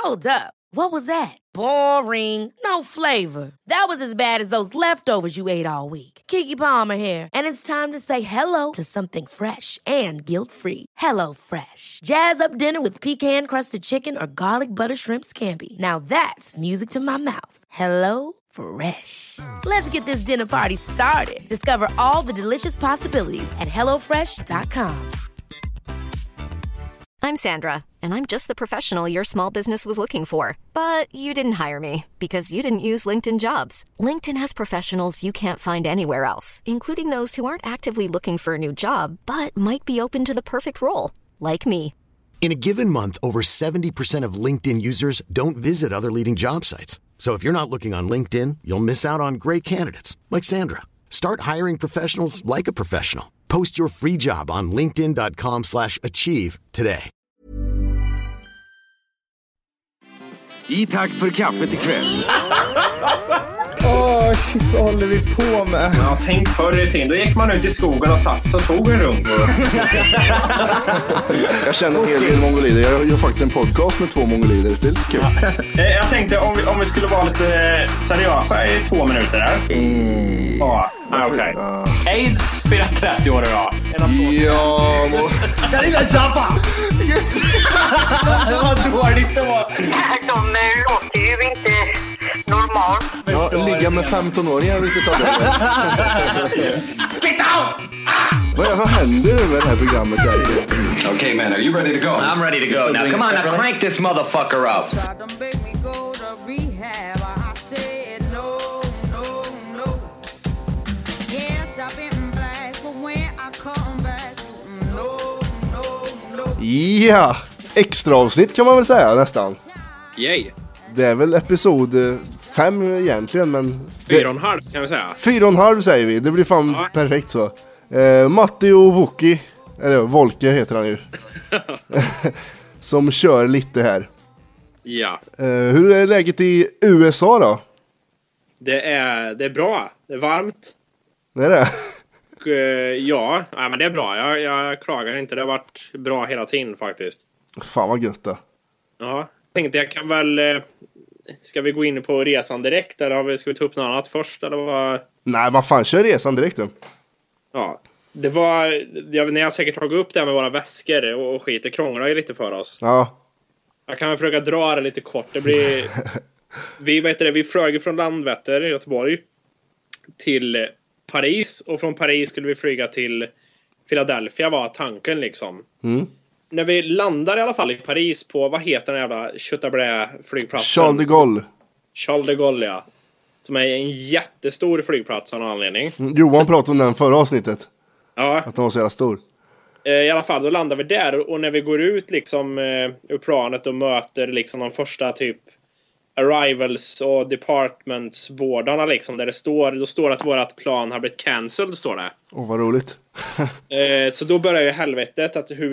Hold up. What was that? Boring. No flavor. That was as bad as those leftovers you ate all week. Keke Palmer here, and it's time to say hello to something fresh and guilt-free. Hello Fresh. Jazz up dinner with pecan-crusted chicken or garlic butter shrimp scampi. Now that's music to my mouth. Hello Fresh. Let's get this dinner party started. Discover all the delicious possibilities at hellofresh.com. I'm Sandra, and I'm just the professional your small business was looking for. But you didn't hire me because you didn't use LinkedIn Jobs. LinkedIn has professionals you can't find anywhere else, including those who aren't actively looking for a new job, but might be open to the perfect role, like me. In a given month, over 70% of LinkedIn users don't visit other leading job sites. So if you're not looking on LinkedIn, you'll miss out on great candidates, like Sandra. Start hiring professionals like a professional. Post your free job on linkedin.com/achieve today. I tack för kaffet ikväll. Shit, vad håller vi på med? Ja, tänk förr i tiden. Då gick man ut i skogen och satt och tog en runk. Jag känner en hel del mongolider. Jag gör faktiskt en podcast med 2 mongolider. Det är lite kul. Jag tänkte om vi skulle vara lite seriösa i 2 minuter här. Ja, okej. AIDS firar 30 år idag. Ja, Kan inte zappa! Vad dåligt det var. De låter ju inte normalt. Ja, ligga med 15-åringar riktigt av det. Get out! Vad händer nu med det här programmet? Okay, man, are you ready to go? I'm ready to go. Now, come on, now crank this motherfucker up. Ja, extra avsnitt kan man väl säga nästan. Yay. Det är väl episod 5 egentligen, men 4,5 kan vi säga. 4,5 säger vi, det blir fan perfekt så. Matti och Wookie, eller Volke heter han ju. Som kör lite här. Ja. Hur är läget i USA då? Det är bra. Det är varmt. Det är det? Ja, men det är bra. Jag klagar inte. Det har varit bra hela tiden faktiskt. Fan vad gött då. Ja, tänkte jag kan väl... Ska vi gå in på resan direkt? Eller ska vi ta upp något annat först? Eller vad? Nej, man fan kör resan direkt då. Ja, det var... När jag säkert tagit upp det här med våra väskor och skit. Det krånglar ju lite för oss. Ja. Jag kan försöka dra det lite kort. Det blir... vi flög från Landvetter i Göteborg till Paris. Och från Paris skulle vi flyga till Philadelphia var tanken liksom. Mm. När vi landar i alla fall i Paris på, vad heter den jävla Kötablä-flygplatsen? Charles de Gaulle, ja. Som är en jättestor flygplats av någon anledning. Johan pratade om den förra avsnittet. Ja. Att den var så jävla stor. I alla fall, då landar vi där. Och när vi går ut liksom ur planet och möter liksom de första typ arrivals och departments-bårdarna liksom. Där då står att vårat plan har blivit cancelled, står det. Vad roligt. Så då börjar ju helvetet att hur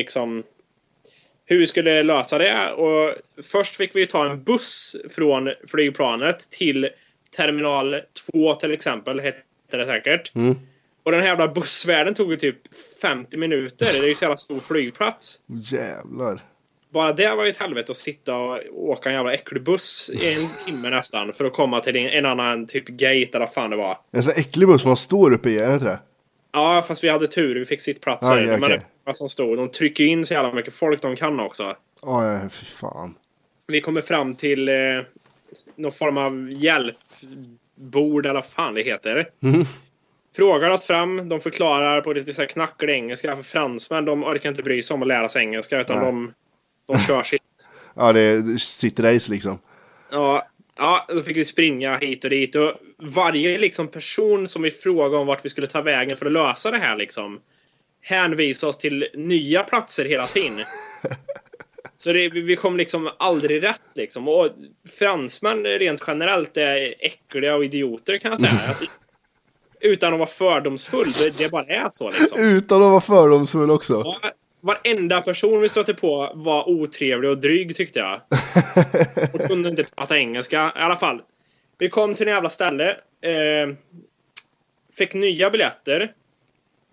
vi skulle lösa det. Och först fick vi ta en buss från flygplanet till terminal 2 till exempel, heter det säkert. Mm. Och den här jävla bussvärden tog ju typ 50 minuter. Det är ju så jävla stor flygplats. Jävlar. Bara det var ju ett helvete att sitta och åka en jävla äcklig buss i en timme nästan för att komma till en annan typ gate eller vad fan det var. En sån äcklig buss man står uppe i, är det inte det? Ja, fast vi hade tur. Vi fick sittplatser. Men det var som stod. De trycker in så jävla mycket folk de kan också. Fy fan. Vi kommer fram till någon form av hjälpbord eller vad fan det heter. Mm. Frågar oss fram. De förklarar på lite så här knacklig engelska. För fransmän, de orkar inte bry sig om att lära sig engelska. Utan de kör sitt. Ja, det sitter race liksom. Ja, då fick vi springa hit och dit. Och varje liksom person som vi frågade om vart vi skulle ta vägen för att lösa det här liksom hänvisade oss till nya platser hela tiden. Så vi kom liksom aldrig rätt liksom. Och fransmän rent generellt är äckliga och idioter kan jag säga. Utan att vara fördomsfull, det bara är så liksom. Utan att vara fördomsfull också. Ja, varenda person vi stötte på var otrevlig och dryg tyckte jag. Och kunde inte prata engelska. I alla fall, vi kom till en jävla ställe. Fick nya biljetter.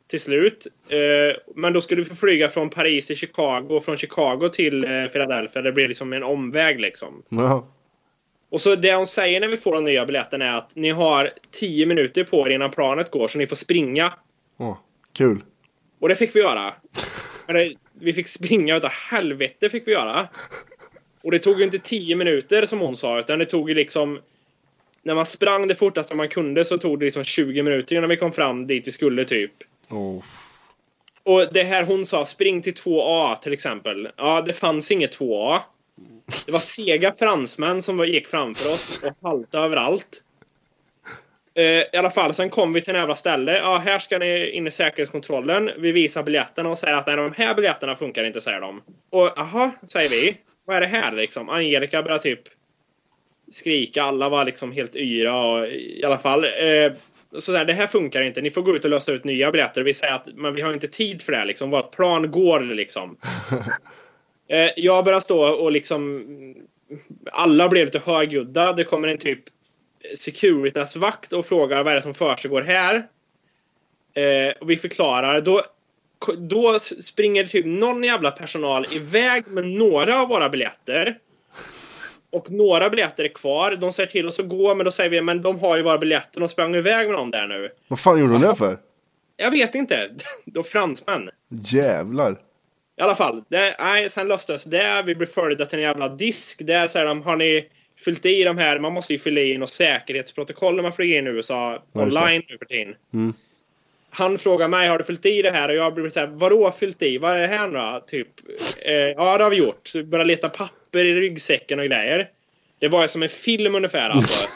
till slut. Men då skulle vi få flyga från Paris till Chicago och från Chicago till Philadelphia. Det blir liksom en omväg liksom. Ja. Och så det hon säger när vi får den nya biljetten är att ni har 10 minuter på er innan planet går, så ni får springa. Kul. Och det fick vi göra. Vi fick springa utav helvete fick vi göra. Och det tog ju inte 10 minuter som hon sa, utan det tog ju liksom, när man sprang det fortaste man kunde så tog det liksom 20 minuter innan vi kom fram dit vi skulle typ. Och det här hon sa, spring till 2A till exempel. Ja, det fanns inget 2A. Det var sega fransmän som gick framför oss och haltade överallt. I alla fall, sen kom vi till en jävla ställe. Ja, här ska ni in i säkerhetskontrollen. Vi visar biljetterna och säger att nej, de här biljetterna funkar inte, säger de. Och aha, säger vi. Vad är det här liksom? Angelica började typ skrika. Alla var liksom helt yra och, i alla fall. Så där, det här funkar inte. Ni får gå ut och lösa ut nya biljetter. Vi säger att men vi har inte tid för det här liksom. Vårt plan går liksom. Jag börjar stå och liksom alla blev lite högljudda. Det kommer en typ Securitas-vakt och frågar vad är det som försiggår här. Och vi förklarar. Då springer typ någon jävla personal iväg med några av våra biljetter. Och några biljetter är kvar. De säger till oss att gå, men då säger vi men de har ju våra biljetter. De sprang iväg med dem där nu. Vad fan gjorde de det för? Jag vet inte. Då fransmän. Jävlar. I alla fall. Sen löstes det. Vi blev följda till en jävla disk. Där säger de, har ni fyllt i de här? Man måste ju fylla i något säkerhetsprotokoll när man flyger in i USA online nu för tiden. Han frågar mig, har du fyllt i det här? Och jag blir så här, vadå fyllt i? Vad är det här då? Typ, ja, det har vi gjort. Så vi började leta papper i ryggsäcken och grejer. Det var ju som en film ungefär alltså.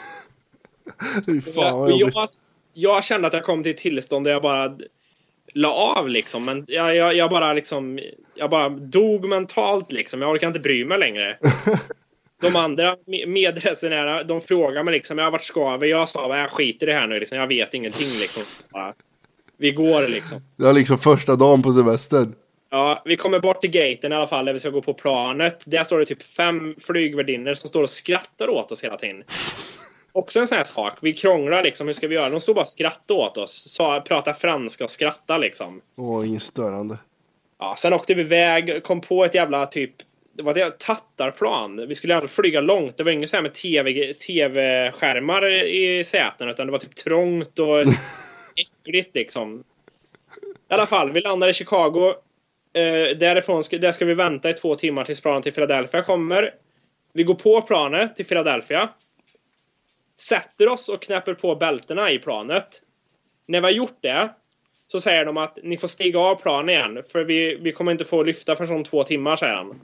Jag kände att jag kom till ett tillstånd där jag bara la av liksom. Men jag bara dog mentalt liksom. Jag orkar inte bry mig längre. De andra medresenärerna, de frågar mig liksom, vart ska vi? Jag sa, jag skiter i det här nu liksom. Jag vet ingenting liksom. Vi går liksom. Det är liksom första dagen på semestern. Ja, vi kommer bort till gaten i alla fall där vi ska gå på planet. Där står det typ 5 flygvärdinnor som står och skrattar åt oss hela tiden. Också en sån här sak. Vi krånglar liksom, hur ska vi göra? De står bara och skrattar åt oss. Pratar franska och skrattar liksom. Inget störande. Ja, sen åkte vi iväg, kom på ett jävla typ, det var det tattarplan. Vi skulle ändå flyga långt. Det var inget så här med tv-skärmar i säten, utan det var typ trångt och äckligt liksom. I alla fall, vi landar i Chicago. Därifrån där ska vi vänta i 2 timmar tills planet till Philadelphia kommer. Vi går på planet till Philadelphia. Sätter oss och knäpper på bältena i planet. När vi har gjort det så säger de att ni får stiga av planen igen. För vi kommer inte få lyfta för sån 2 timmar, säger han.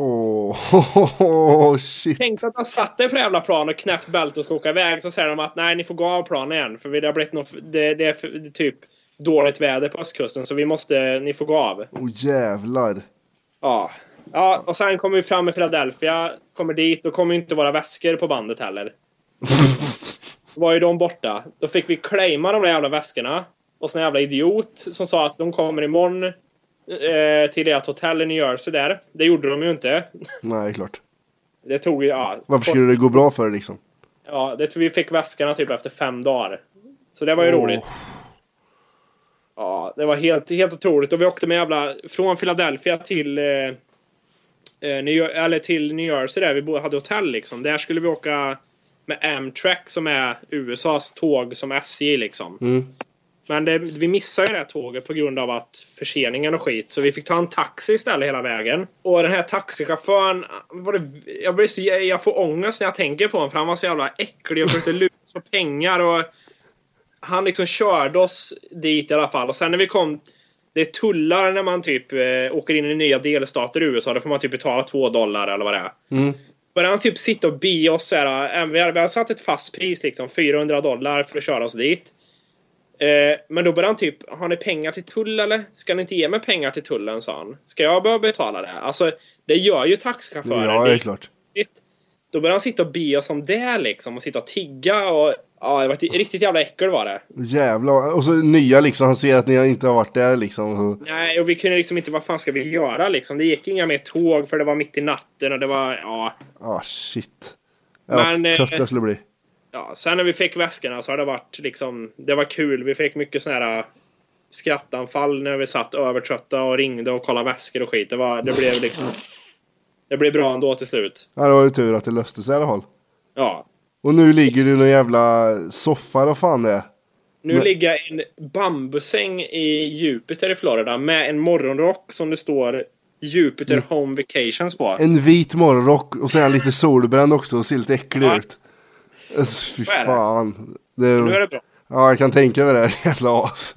Shit. Tänk så att han satt där på det jävla plan och knäppt bältet och ska åka iväg. Så säger de att nej, ni får gå av planen igen. För det har blivit det är typ dåligt väder på östkusten. Så ni får gå av. Jävlar. Ja, och sen kommer vi fram i Philadelphia. Kommer dit och kommer inte våra väskor på bandet heller. Då var ju de borta. Då fick vi claima de där jävla väskorna. Och sån jävla idiot som sa att de kommer imorgon till ert hotell i New Jersey där. Det gjorde de ju inte. Nej, klart. Det tog ju, varför skulle det gå bra för liksom? Ja, vi fick väskorna typ efter 5 dagar. Så det var ju roligt. Ja, det var helt otroligt. Och vi åkte med från Philadelphia till till New Jersey där vi hade hotell liksom. Där skulle vi åka med Amtrak som är USAs tåg som SJ liksom. Men vi missade ju det här tåget på grund av att förseningen och skit. Så vi fick ta en taxi istället hela vägen. Och den här taxichauffören, jag får ångest när jag tänker på honom. För han var så jävla äcklig och försökte luta på pengar. Och han liksom körde oss dit i alla fall. Och sen när vi kom, det är tullar när man typ åker in i nya delstater i USA. Då får man typ betala $2 eller vad det är. Började han typ sitta och be oss så här. Vi har satt ett fast pris liksom, $400 för att köra oss dit. Men då började han typ, har ni pengar till tull eller? Ska ni inte ge mig pengar till tullen, sa han. Ska jag börja betala det? Alltså, det gör ju taxichauffören. Ja, det är klart. Då började han sitta och be oss om det liksom. Och sitta och tigga och ja, det var ett riktigt jävla äckel var det. Jävlar, och så nya liksom, han ser att ni inte har varit där liksom. Nej, och vi kunde liksom inte, vad fan ska vi göra liksom. Det gick inga mer tåg för det var mitt i natten och det var, shit. Men trött jag skulle bli. Ja, sen när vi fick väskorna så har det varit liksom, det var kul. Vi fick mycket såna här skrattanfall när vi satt övertrötta och ringde och kollade väskor och skit. Det blev bra ändå till slut. Ja, det var ju tur att det löste sig i alla fall. Ja. Och nu ligger du i någon jävla soffa, vad fan det är. Nu ligger jag i en bambusäng i Jupiter i Florida med en morgonrock som det står Jupiter Home Vacations på. En vit morgonrock och sen lite solbränd också och ser lite äcklig ut. Fy fan. Nu är det bra. Ja, jag kan tänka mig det. Jävla as.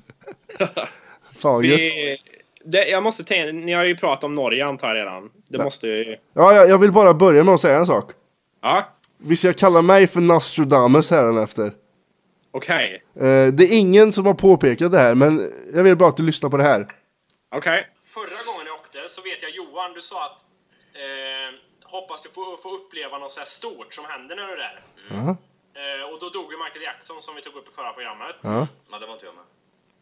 Fan, jag måste tänka, ni har ju pratat om Norge antar jag redan. Det måste ju... Ja, jag vill bara börja med att säga en sak. Ja. Vi ska kalla mig för Nostradamus här efter. Okej. Det är ingen som har påpekat det här, men jag vill bara att du lyssnar på det här. Okej. Förra gången jag åkte så vet jag Johan, du sa att hoppas du på att få uppleva något så här stort som händer när du är där. Och då dog ju Michael Jackson som vi tog upp i förra programmet. Men det var inte jag med.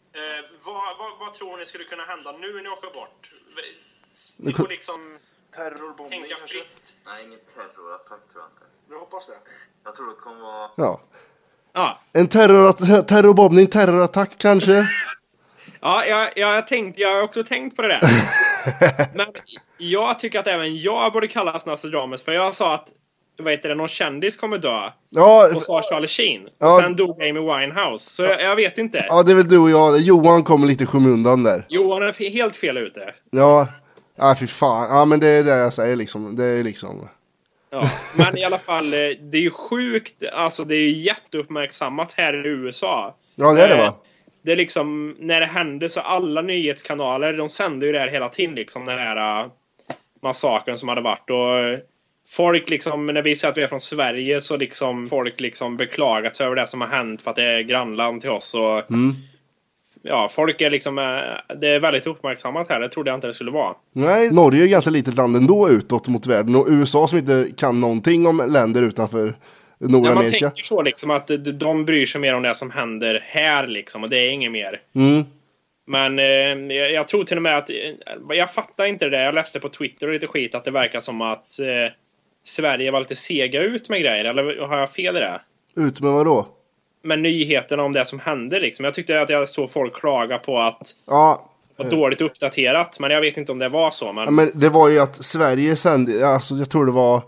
Vad tror ni skulle kunna hända nu när ni åker bort? Ni får liksom Terrorbombning tänka kanske? fritt. Nej, ingen terrorattack tror jag inte. Jag hoppas det. Jag tror det kommer vara... Ja. En terrorbombning, terrorattack kanske? Ja, jag har också tänkt på det där. Men jag tycker att även jag borde kallas Nostradamus. För jag sa att någon kändis kommer dö. Ja, och sa Charlie Sheen. Ja. Och sen dog Amy Winehouse. Så jag vet inte. Ja, det är väl du och jag. Johan kommer lite skymundan där. Johan är helt fel ute. Ja, fy fan. Ja, men det är det jag säger liksom. Det är liksom... Ja, men i alla fall, det är ju sjukt. Alltså, det är ju jätteuppmärksammat här i USA. Ja, det är det va? Det är liksom, när det hände så alla nyhetskanaler, de sände ju det här hela tiden liksom, den här massakern som hade varit. Och folk liksom, när vi säger att vi är från Sverige så liksom, folk liksom beklagat sig över det som har hänt för att det är grannland till oss. Och ja, folk är liksom, det är väldigt uppmärksammat här. Det trodde jag inte det skulle vara. Nej, Norge är ett ganska litet land ändå utåt mot världen. Och USA som inte kan någonting om länder utanför Nordamerika. Man tänker så liksom att de bryr sig mer om det som händer här liksom. Och det är inget mer. Men jag tror till och med att jag fattar inte det där. Jag läste på Twitter och lite skit att det verkar som att Sverige var lite sega ut med grejer. Eller har jag fel i det? Ut med vad då? Med nyheterna om det som hände liksom. Jag tyckte att jag såg folk klaga på att var dåligt uppdaterat. Men jag vet inte om det var så. Men, ja, men det var ju att Sverige sände, alltså jag tror det var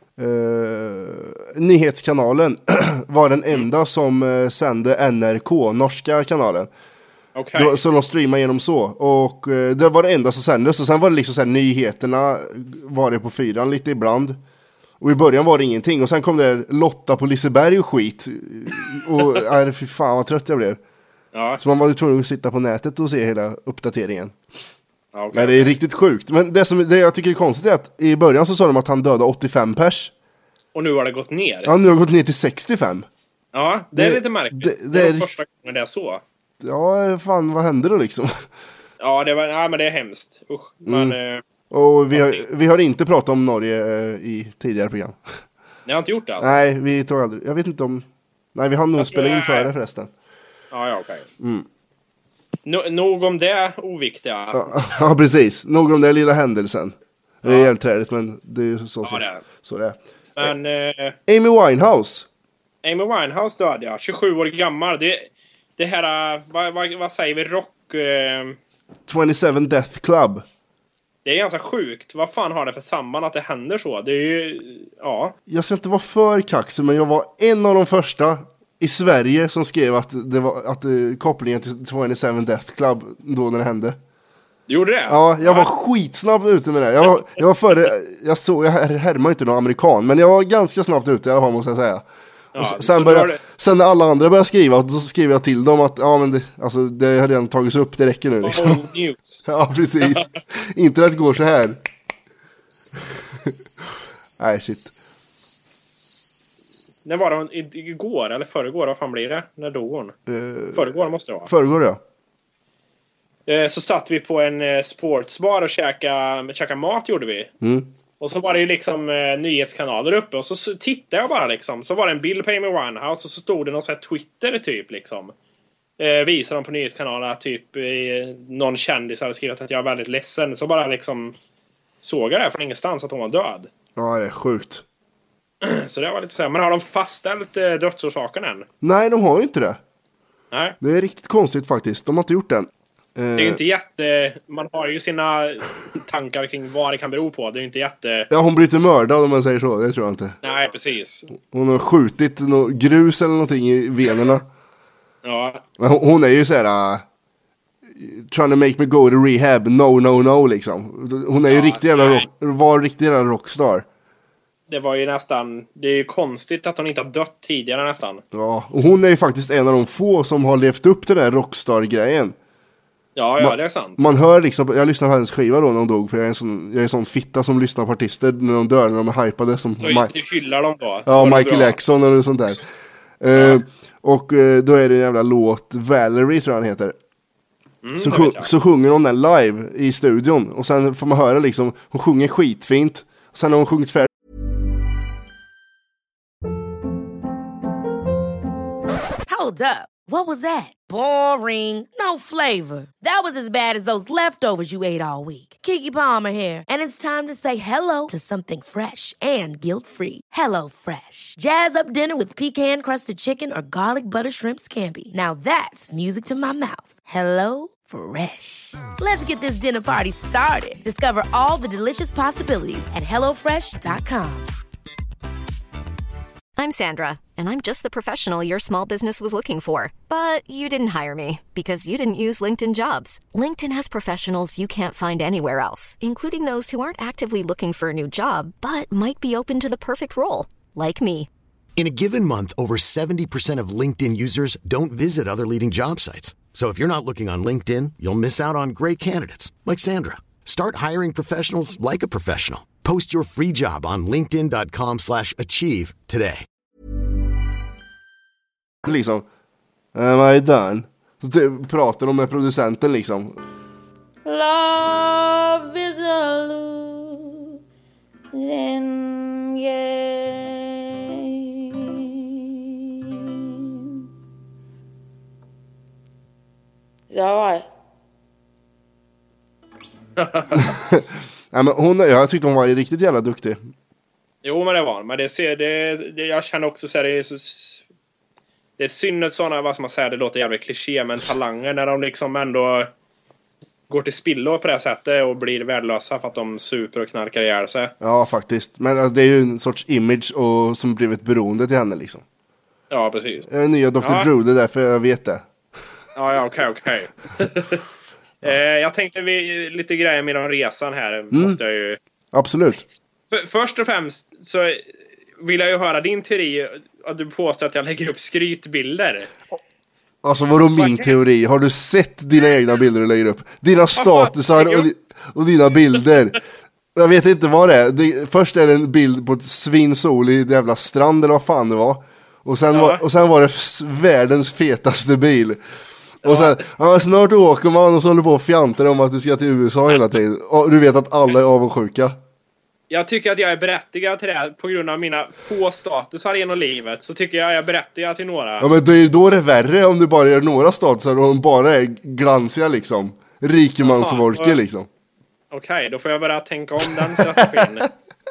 nyhetskanalen var den enda som sände NRK, norska kanalen. Okay. Så de streamade genom så. Och det var det enda som sändes. Och sen var det liksom så här, nyheterna var det på 4 lite ibland. Och i början var det ingenting. Och sen kom det Lotta på Liseberg och skit. Och fy fan vad trött jag blev. Ja. Så man var tvungen att sitta på nätet och se hela uppdateringen. Okay. Men det är riktigt sjukt. Men det jag tycker är konstigt är att i början så sa de att han dödade 85 pers. Och nu har det gått ner. Ja, nu har det gått ner till 65. Ja, det är lite märkligt. Det är första gången det är så. Ja, fan, vad hände då liksom? Ja, men det är hemskt. Usch. Men, och vi har inte pratat om Norge i tidigare program. Ni har inte gjort det alltså? Nej, vi tog aldrig. Jag vet inte om... Nej, vi har nog spelat in före förresten. Ja, okej. Nog om det oviktiga. Ja, precis. Nog om den lilla händelsen. Det är helt träligt, men det är ju så det är. Men... Amy Winehouse. Amy Winehouse död, ja. 27 år gammal. Det här... Vad säger vi? Rock... 27 Death Club. Det är ganska sjukt. Vad fan har det för samband att det händer så? Det är ju... Ja. Jag ska inte vara för kaxig, men jag var en av de första i Sverige som skrev att det var kopplingen till 27 Death Club då när det hände. Gjorde det? Ja, jag var skitsnabb ute med det. Jag var före... Jag härmar inte någon amerikan, men jag var ganska snabbt ute i alla fall, måste jag säga. Ja, sen när alla andra började skriva, då skrev jag till dem att det har redan tagits upp, det räcker nu liksom. News. Ja, precis. Internet går så här. Nej, shit. När var det igår eller förrgår? Vad fan blir det? När dog hon? Förrgår måste det vara. Förrgår, ja. Så satt vi på en sportsbar och käka mat gjorde vi. Och så var det ju liksom nyhetskanaler uppe. Och så tittade jag bara liksom. Så var det en bild på Amy Winehouse. Och så stod det någon sån här Twitter typ liksom. Visar de på nyhetskanalerna typ någon kändis hade skrivit att jag är väldigt ledsen. Så bara liksom såg jag det från ingenstans att hon var död. Ja, det är sjukt. Så det var lite så här. Men har de fastställt dödsorsaken än? Nej, de har ju inte det. Nej. Det är riktigt konstigt faktiskt. De har inte gjort det än. Det är ju inte man har ju sina tankar kring vad det kan bero på. Det är ju inte Ja, hon blir inte mördad om man säger så. Det tror jag inte. Nej, precis. Hon har skjutit något grus eller någonting i venerna. Ja. Men hon är ju så här... trying to make me go to rehab. No, liksom. Hon är ju riktig jävla rockstar. Det var ju nästan... Det är ju konstigt att hon inte har dött tidigare nästan. Ja, och hon är ju faktiskt en av de få som har levt upp till den här rockstar-grejen. Ja, det är sant. Man hör liksom, jag lyssnade på hennes skiva då när hon dog, för jag är en sån fitta som lyssnar på artister när de dör, när de är hypade. Som så du hyllar dem då? Ja, Michael Jackson eller sånt där. Och då är det en jävla låt, Valerie tror jag han heter. Så sjunger hon den live i studion. Och sen får man höra liksom, hon sjunger skitfint. Och sen har hon sjungit färdigt. Hold up. What was that? Boring. No flavor. That was as bad as those leftovers you ate all week. Keke Palmer here, and it's time to say hello to something fresh and guilt-free. Hello Fresh. Jazz up dinner with pecan-crusted chicken or garlic butter shrimp scampi. Now that's music to my mouth. Hello Fresh. Let's get this dinner party started. Discover all the delicious possibilities at hellofresh.com. I'm Sandra, and I'm just the professional your small business was looking for. But you didn't hire me because you didn't use LinkedIn Jobs. LinkedIn has professionals you can't find anywhere else, including those who aren't actively looking for a new job, but might be open to the perfect role, like me. In a given month, over 70% of LinkedIn users don't visit other leading job sites. So if you're not looking on LinkedIn, you'll miss out on great candidates like Sandra. Start hiring professionals like a professional. Post your free job on linkedin.com/achieve today. Liksom, am I done? Så pratar de med producenten liksom. Love is a losing game. Is that right? Ja, men jag tyckte hon var riktigt jävla duktig. Jo, men det var. Men jag känner också så här, det är synd att sådana, vad ska man säga, det låter jävligt kliché, men talanger när de liksom ändå går till spillo på det här sättet och blir värdelösa för att de super och knarkar ihjäl sig. Ja, faktiskt. Men alltså, det är ju en sorts image som blivit beroende till henne liksom. Ja, precis. Nya Dr. Drew, det är därför jag vet det. Ja, okej. Jag tänkte lite grejer med den resan här. Måste jag ju... Absolut. Först och främst så vill jag ju höra din teori att du påstår att jag lägger upp skrytbilder. Alltså vadå min teori? Har du sett dina egna bilder du lägger upp? Dina statusar och dina bilder. Jag vet inte vad det är. Först är det en bild på ett svinsol i ett jävla strand eller vad fan det var. Och sen var det världens fetaste bil. Och sen, snart åker man och så håller på och fjantar om att du ska till USA hela tiden. Och du vet att alla är avundsjuka. Jag tycker att jag är berättigad till det här på grund av mina få statusar genom livet. Så tycker jag är berättigad till några. Ja, men det är ju då det är värre om du bara gör några statusar och de bara är glansiga liksom. Rikemansvorke liksom. Okej, då får jag börja tänka om den strategin.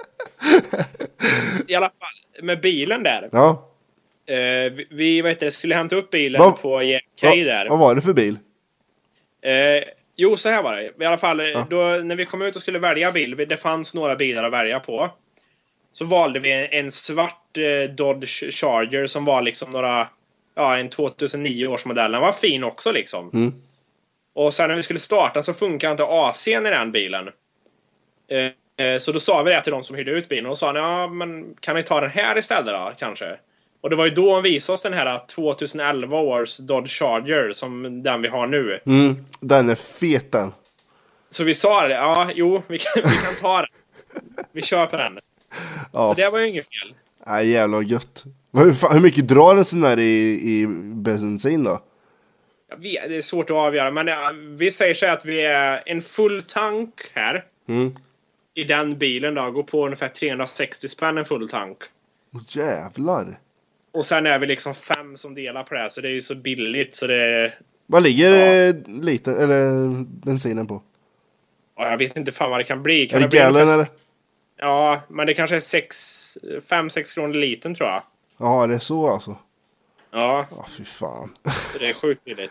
I alla fall, med bilen där. Ja. Vi skulle hämta upp bilen på JK där. Vad var det för bil? Jo, så här var det. I alla fall, då, när vi kom ut och skulle välja bil, det fanns några bilar att välja på. Så valde vi en svart Dodge Charger som var liksom en 2009 års modell. Den var fin också liksom. Mm. Och sen när vi skulle starta så funkar inte AC:n i den bilen. Så då sa vi det till de som hyrde ut bilen. Och sa, men kan vi ta den här istället då, kanske? Och det var ju då hon visade oss den här 2011 års Dodge Charger som den vi har nu. Den är fet den. Så vi sa det, vi kan ta den. Vi kör på den. Ja. Så det var ju inget fel. Nej, jävla gött. Hur mycket drar en sån där i bensin då? Det är svårt att avgöra, men vi säger så att vi är en full tank här. I den bilen då, går på ungefär 360 spänn en full tank. Jävlar. Och sen är vi liksom 5 som delar på det här, så det är ju så billigt så det... Vad ligger lite, eller bensinen på? Ja, jag vet inte fan vad det kan bli. Kan det bli gallon eller? Ja, men det kanske är 5-6 kronor liten tror jag. Ja, det är så alltså. Ja. Ja, fy fan. Det är sjukt billigt.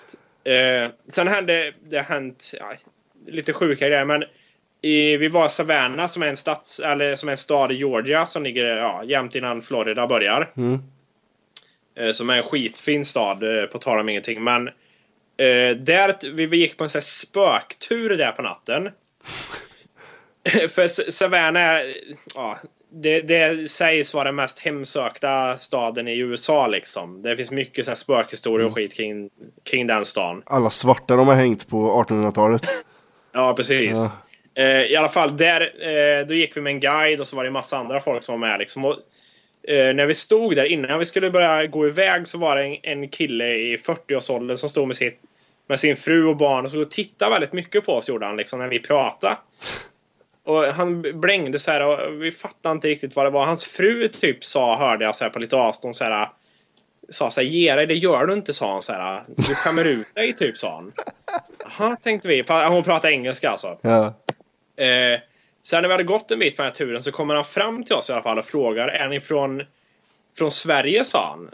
Sen hände det hänt lite sjuka grejer, men vi var i Savannah som är en stad i Georgia som ligger jämt innan Florida börjar. Som är en skitfin stad, på tal om ingenting. Men där vi gick på en sån här spöktur där på natten. För Savannah, det sägs vara den mest hemsökta staden i USA liksom. Det finns mycket så här spökhistorier och skit kring den stan. Alla svarta de har hängt på 1800-talet. Ja, precis. I alla fall, då gick vi med en guide och så var det en massa andra folk som var med liksom. Och när vi stod där innan vi skulle börja gå iväg så var det en kille i 40-årsåldern som stod med sin fru och barn och så tittade väldigt mycket på oss, gjorde han liksom, när vi pratade. Och han blängde så här och vi fattade inte riktigt vad det var. Hans fru typ hörde jag så här på lite avstånd så här, sa så här: ge dig, det gör du inte, sa han så här. Du skämmer ut dig typ, sa han. Jaha, tänkte vi. Hon pratar engelska alltså. Ja. Sen när vi hade gått en bit på den här turen så kommer han fram till oss i alla fall och frågar: är ni från Sverige, sa han.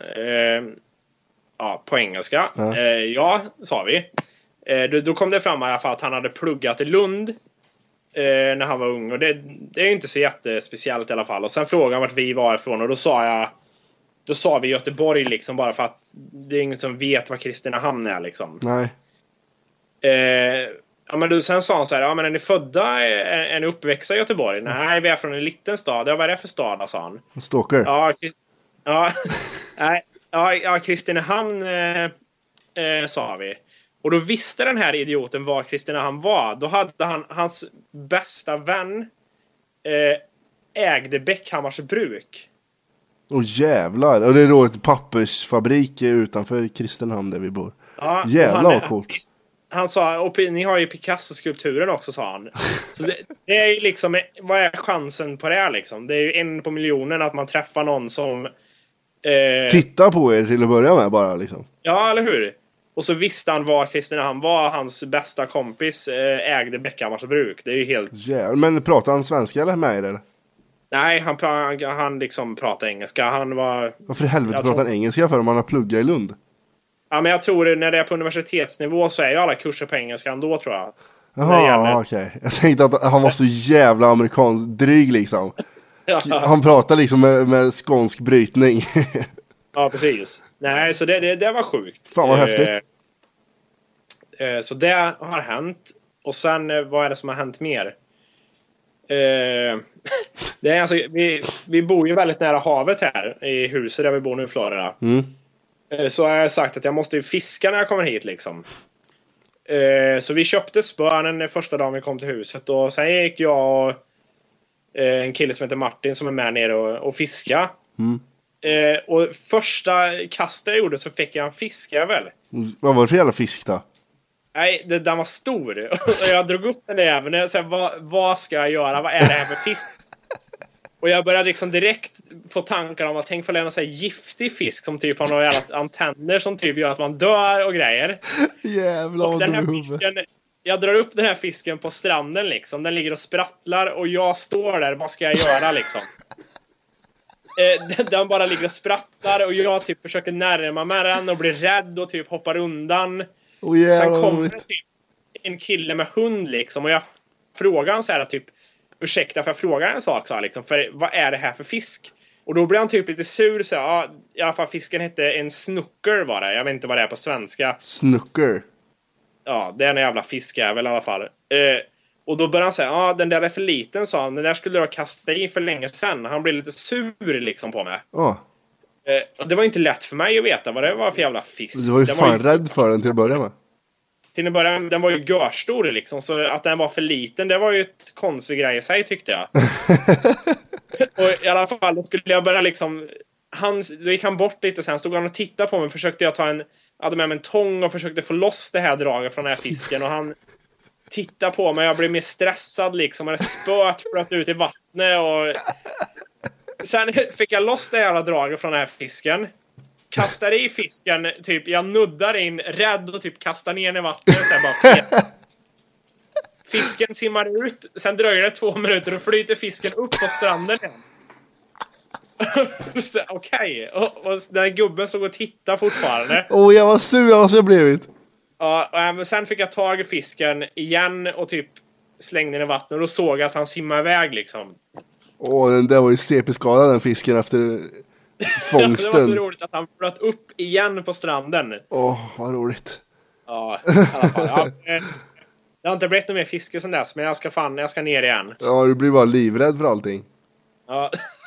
På engelska. Ja, sa vi. Då kom det fram i alla fall att han hade pluggat i Lund när han var ung. Och det är ju inte så jättespeciellt i alla fall. Och sen frågade han vart vi var ifrån. Och då sa vi Göteborg liksom, bara för att det är ingen som vet vad Kristinehamn är liksom. Nej. Men sen sa han så här: men är ni födda, är ni uppväxta i Göteborg? Nej, vi är från en liten stad. Ja, vad är det för stad, sa han. Stalker. Kristinehamn sa vi. Och då visste den här idioten vad Kristinehamn var. Då hade hans bästa vän ägde Bäckhammars bruk. Jävlar. Och det är då ett pappersfabrik utanför Kristinehamn där vi bor. Ja, jävlar vad coolt. Han sa, och ni har ju Picasso-skulpturen också, sa han. Så det är ju liksom, vad är chansen på det här liksom? Det är ju 1 på miljonen att man träffar någon som titta på er till att börja med bara liksom. Ja, eller hur? Och så visste han vad Kristinehamn var, hans bästa kompis ägde Bäckhammars bruk. Det är ju helt... Ja, men pratar han svenska eller med er eller? Nej, han liksom pratar engelska. Han var... Varför i helvete pratar han engelska för om han har pluggat i Lund? Ja, men jag tror när det är på universitetsnivå så är ju alla kurser på engelska ändå, tror jag. Jaha, okej. Jag tänkte att han var så jävla amerikansk dryg liksom. Ja. Han pratar liksom med skånsk brytning. Ja, precis. Nej, så det var sjukt. Fan vad häftigt. Så det har hänt. Och sen, vad är det som har hänt mer? Det är alltså, vi bor ju väldigt nära havet här i huset där vi bor nu i Florida. Så har jag sagt att jag måste ju fiska när jag kommer hit liksom. Så vi köpte spön den första dagen vi kom till huset. Och sen gick jag och en kille som heter Martin som är med nere och fiska. Och första kastet jag gjorde så fick jag en fiskjävel. Vad var det för jävla fisk då? Nej, den var stor. Och jag drog upp den där jäveln och jag sa, vad ska jag göra? Vad är det här för fisk? Och jag började liksom direkt få tankar om att tänk för en sån här giftig fisk som typ har några jävla antenner som typ gör att man dör och grejer. Jävlar, och den här fisken, jag drar upp den här fisken på stranden liksom. Den ligger och sprattlar och jag står där. Vad ska jag göra liksom? Den bara ligger och sprattlar och jag typ försöker närma mig den och blir rädd och typ hoppar undan. Sen kommer typ en kille med hund liksom och jag frågar han så här typ, ursäkta för jag frågar en sak så här, liksom, för vad är det här för fisk? Och då blir han typ lite sur så ja, i alla fall fisken hette en snooker var det. Jag vet inte vad det är på svenska. Snooker? Ja, det är en jävla fiskjävel i alla fall. Och då börjar han säga, ja den där är för liten, sa han. Den där skulle du ha kastat i för länge sedan. Han blev lite sur liksom på mig. Och det var inte lätt för mig att veta vad det var för jävla fisk. Du var ju fan rädd för den till att börja med. Till att börja med, den var ju görstor liksom. Så att den var för liten, det var ju ett konstig grej i sig tyckte jag. Och i alla fall, då skulle jag börja liksom... Då gick han bort lite sen, stod han och tittade på mig. Försökte jag hade med mig en tång och försökte få loss det här draget från den här fisken. Och han tittade på mig, jag blev mer stressad liksom. Och det spöt flöt ut i vattnet och... Sen fick jag loss det jävla draget från den här fisken. Kastar i fisken, typ, jag nuddar in, rädd och typ kastar ner den i vattnet och sen bara... Fisken simmar ut, sen dröjer det 2 minuter och flyter fisken upp på stranden igen. Okej. Och den här gubben såg och tittade fortfarande. Jag var sur alltså jag blivit. Ja, men sen fick jag tag i fisken igen och typ slängde den i vattnet och då såg jag att han simmade iväg liksom. Den där var ju CP-skadad den fisken efter fångsten. Det var så roligt att han flöt upp igen på stranden. Vad roligt. Ja, i alla fall. Ja, det har inte blivit någon mer fiske sen dess, men jag ska ner igen. Ja, du blir bara livrädd för allting. Ja.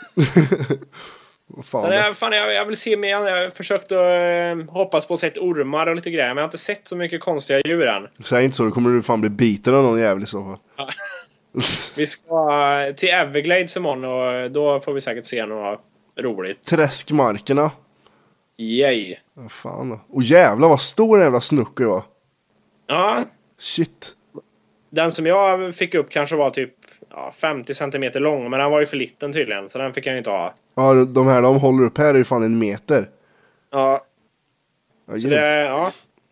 Fan, jag vill se mer. Jag har försökt att hoppas på att se ormar och lite grejer, men jag har inte sett så mycket konstiga djur än. Säg inte så, då kommer du fan bli biten av någon jävel i så fall. Ja. Vi ska till Everglades imorgon och då får vi säkert se något roligt. Träskmarkerna. Yay. Fan. Och jävlar vad stor den jävla snucke var. Ja. Shit. Den som jag fick upp kanske var typ 50 centimeter lång, men den var ju för liten tydligen, så den fick jag ju inte ha. Ja, de här de håller upp här är ju fan 1 meter. Ja. Så det, ja.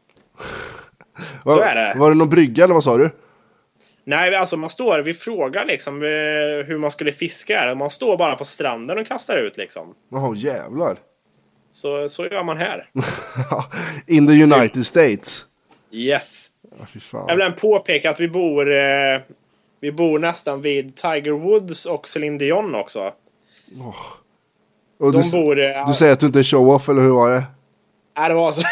Så är det. Var det någon brygga eller vad sa du? Nej, alltså vi frågar liksom hur man skulle fiska här. Man står bara på stranden och kastar ut liksom. Jaha, jävlar. Så gör man här. In the United States. Yes. Fy fan. Jag vill påpeka att vi bor nästan vid Tiger Woods och Celine Dion också. Och du säger att du inte är show-off, eller hur var det? Nej, det var så.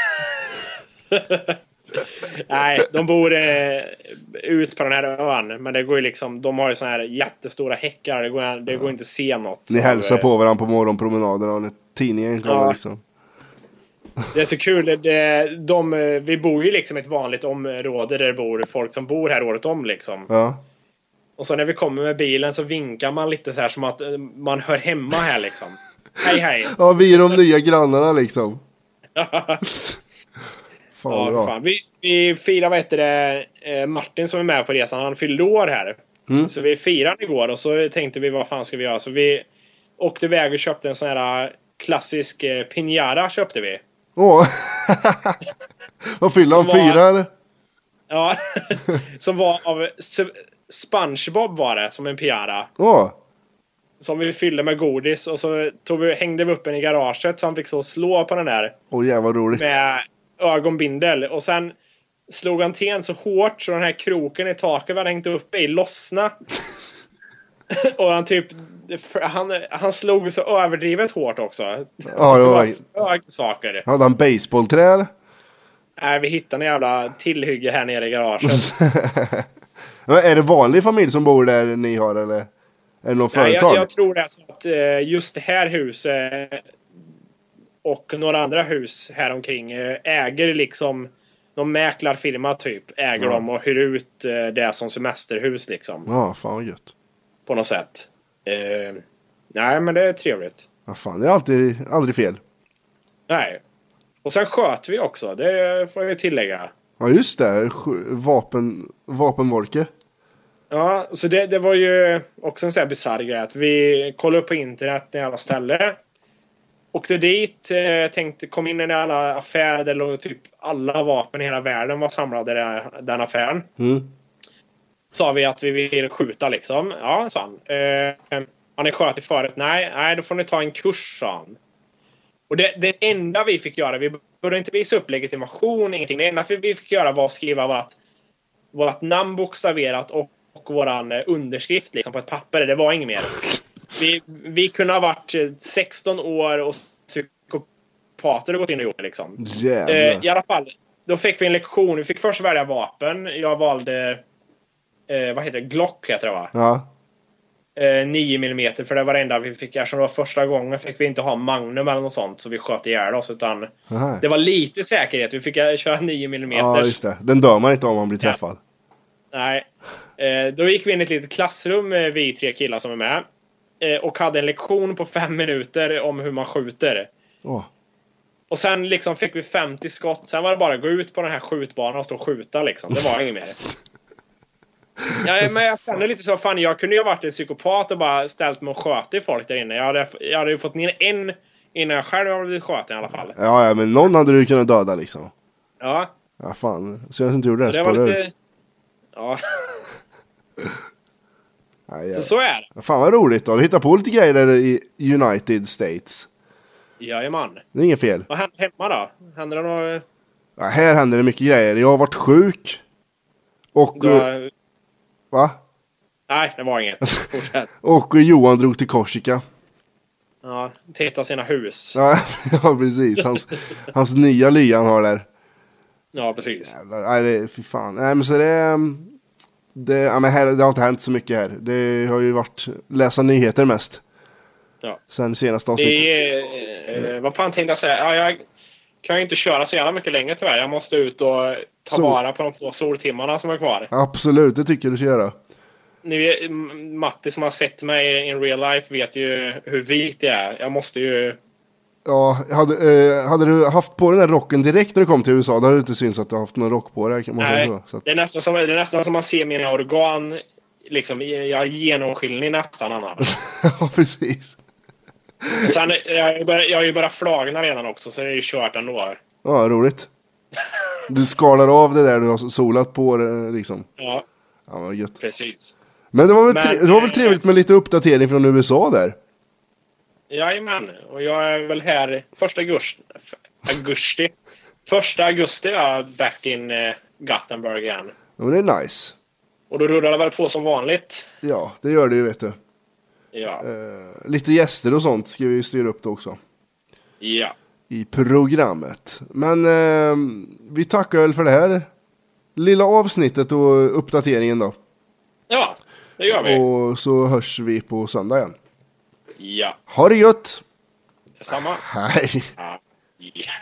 Nej, de bor ut på den här ön, men det går ju liksom, de har ju såna här jättestora häckar, det går inte att se något. Ni hälsar på varandra på morgonpromenaderna och tidningen kommer liksom. Det är så kul. Vi bor ju liksom i ett vanligt område där det bor folk som bor här året om liksom. Ja. Och så när vi kommer med bilen så vinkar man lite så här som att man hör hemma här liksom. Hej, hej. Ja, vi är de nya grannarna liksom. Fan, ja, fan. Vi firar Martin som är med på resan. Han fyllde år här. Så vi firade igår och så tänkte vi vad fan ska vi göra. Så vi åkte iväg och köpte en sån här klassisk piñata köpte vi. Vad fyllde han? 4 eller? Ja. Som var av SpongeBob var det, som en piñata. Som vi fyllde med godis. Och så hängde vi upp den i garaget så han fick så slå på den där. Jävlar roligt. Med ögonbindel. Och sen slog han till en så hårt så den här kroken i taket vi hade hängt upp i lossna. Och han slog så överdrivet hårt också. Ja, det var hög saker. Hade han baseballträ eller? Nej, vi hittade en jävla tillhygge här nere i garaget. Är det vanlig familj som bor där ni har, eller är det någon företag? Jag tror det är så att just det här huset och några andra hus här omkring äger liksom någon mäklarfirma typ äger dem och hyr ut det som semesterhus liksom. Ja, fan vad gött. På något sätt. Nej, men det är trevligt. Ja, fan, det är aldrig fel. Nej. Och sen sköt vi också, det får jag tillägga. Ja, just det. Vapenvorke. Ja, så det var ju också en sån här bizarr grej att vi kollade upp på internet i alla ställen. Åkte dit, kom in i alla affärer där låg typ alla vapen i hela världen var samlade i den affären. Sa vi att vi vill skjuta liksom. Ja, sa han. Har ni skjutit förut? Nej, då får ni ta en kurs, sa han. Och det enda vi fick göra, vi började inte visa upp legitimation, ingenting. Det enda vi fick göra var att skriva vårt namn bokstaverat och våran underskrift liksom, på ett papper. Det var inget mer. Vi kunde ha varit 16 år och psykopater och gått in och gjort det liksom. I alla fall, då fick vi en lektion. Vi fick först välja vapen. Jag valde Glock heter det va? Ja. 9 mm, för det var det enda vi fick. Eftersom det var första gången fick vi inte ha Magnum eller något sånt, så vi sköt ihjäl oss, utan det var lite säkerhet. Vi fick köra 9 mm. Ja, just det. Den dör man inte om man blir träffad. Nej. Då gick vi in i ett litet klassrum, vi 3 killar som är med, och hade en lektion på 5 minuter om hur man skjuter. Och sen liksom fick vi 50 skott. Sen var det bara att gå ut på den här skjutbanan och stå och skjuta liksom. Det var inget mer. Ja, men jag kände lite så, fan, jag kunde ju ha varit en psykopat och bara ställt mig och sköt i folk där inne. Jag hade ju fått ner en innan jag själv hade blivit skjuten i alla fall. Ja, men någon hade du kunnat döda liksom. Ja. Ja, fan. Så jag inte gjorde det. Så det var lite... Ja. Så är det. Fan vad roligt då. Du hittar på lite grejer där i United States. Jajamän. Det är inget fel. Vad händer hemma då? Händer det något Ja, här händer det mycket grejer. Jag har varit sjuk. Och... Va? Nej, det var inget. Fortsätt. Och Johan drog till Korsika. Ja, titta sina hus. Ja, ja precis. Hans nya lya han har där. Ja, precis. Nej, det, fy fan. Nej, men så ja, men här, det har inte hänt så mycket här. Det har ju varit läsa nyheter mest. Ja. Sen senaste avsnittet. Vad fan tänkte jag säga? Ja, jag kan ju inte köra så jävla mycket längre tyvärr. Jag måste ut och ta vara på de 2 soltimmarna som är kvar. Absolut, det tycker jag du ska göra. Nu, Matti som har sett mig in real life vet ju hur vit det är. Jag måste ju... Ja, hade du haft på den här rocken direkt när du kom till USA, då hade du inte syns att du har haft någon rock på dig. Nej, det är nästan som man ser mina organ. Liksom, jag är genomskinlig nästan annars. Ja, precis. Sen, jag är ju bara flagna redan också, så det är ju kört ändå. Ja, roligt. Du skalar av det där du har solat på liksom. Ja, vad gött. precis. Men det var väl trevligt med lite uppdatering från USA där. Jajamän, och jag är väl här 1 augusti är back in Gothenburg igen. Ja, det är nice. Och då rullar det väl på som vanligt. Ja, det gör det ju, vet du. Ja. Lite gäster och sånt ska vi styra upp det också. Ja. I programmet. Men vi tackar väl för det här lilla avsnittet och uppdateringen då. Ja, det gör vi. Och så hörs vi på söndag igen. Ja. Ha det gött! Detsamma. Hej! Ja. Yeah.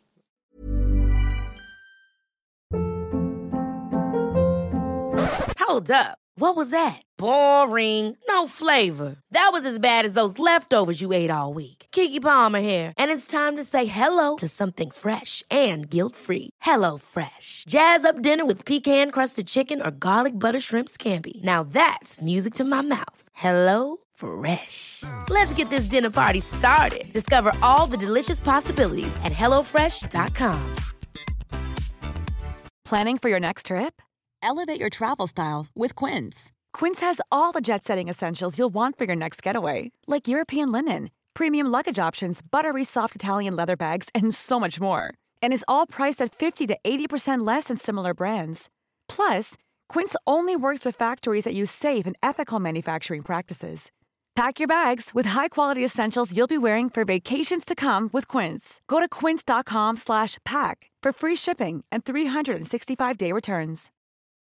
Hold up. What was that? Boring. No flavor. That was as bad as those leftovers you ate all week. Keke Palmer here, and it's time to say hello to something fresh and guilt-free. Hello Fresh. Jazz up dinner with pecan-crusted chicken or garlic butter shrimp scampi. Now that's music to my mouth. Hello Fresh. Let's get this dinner party started. Discover all the delicious possibilities at hellofresh.com. Planning for your next trip? Elevate your travel style with Quince. Quince has all the jet-setting essentials you'll want for your next getaway, like European linen, premium luggage options, buttery soft Italian leather bags, and so much more. And is all priced at 50 to 80% less than similar brands. Plus, Quince only works with factories that use safe and ethical manufacturing practices. Pack your bags with high-quality essentials you'll be wearing for vacations to come with Quince. Go to quince.com/pack for free shipping and 365-day returns.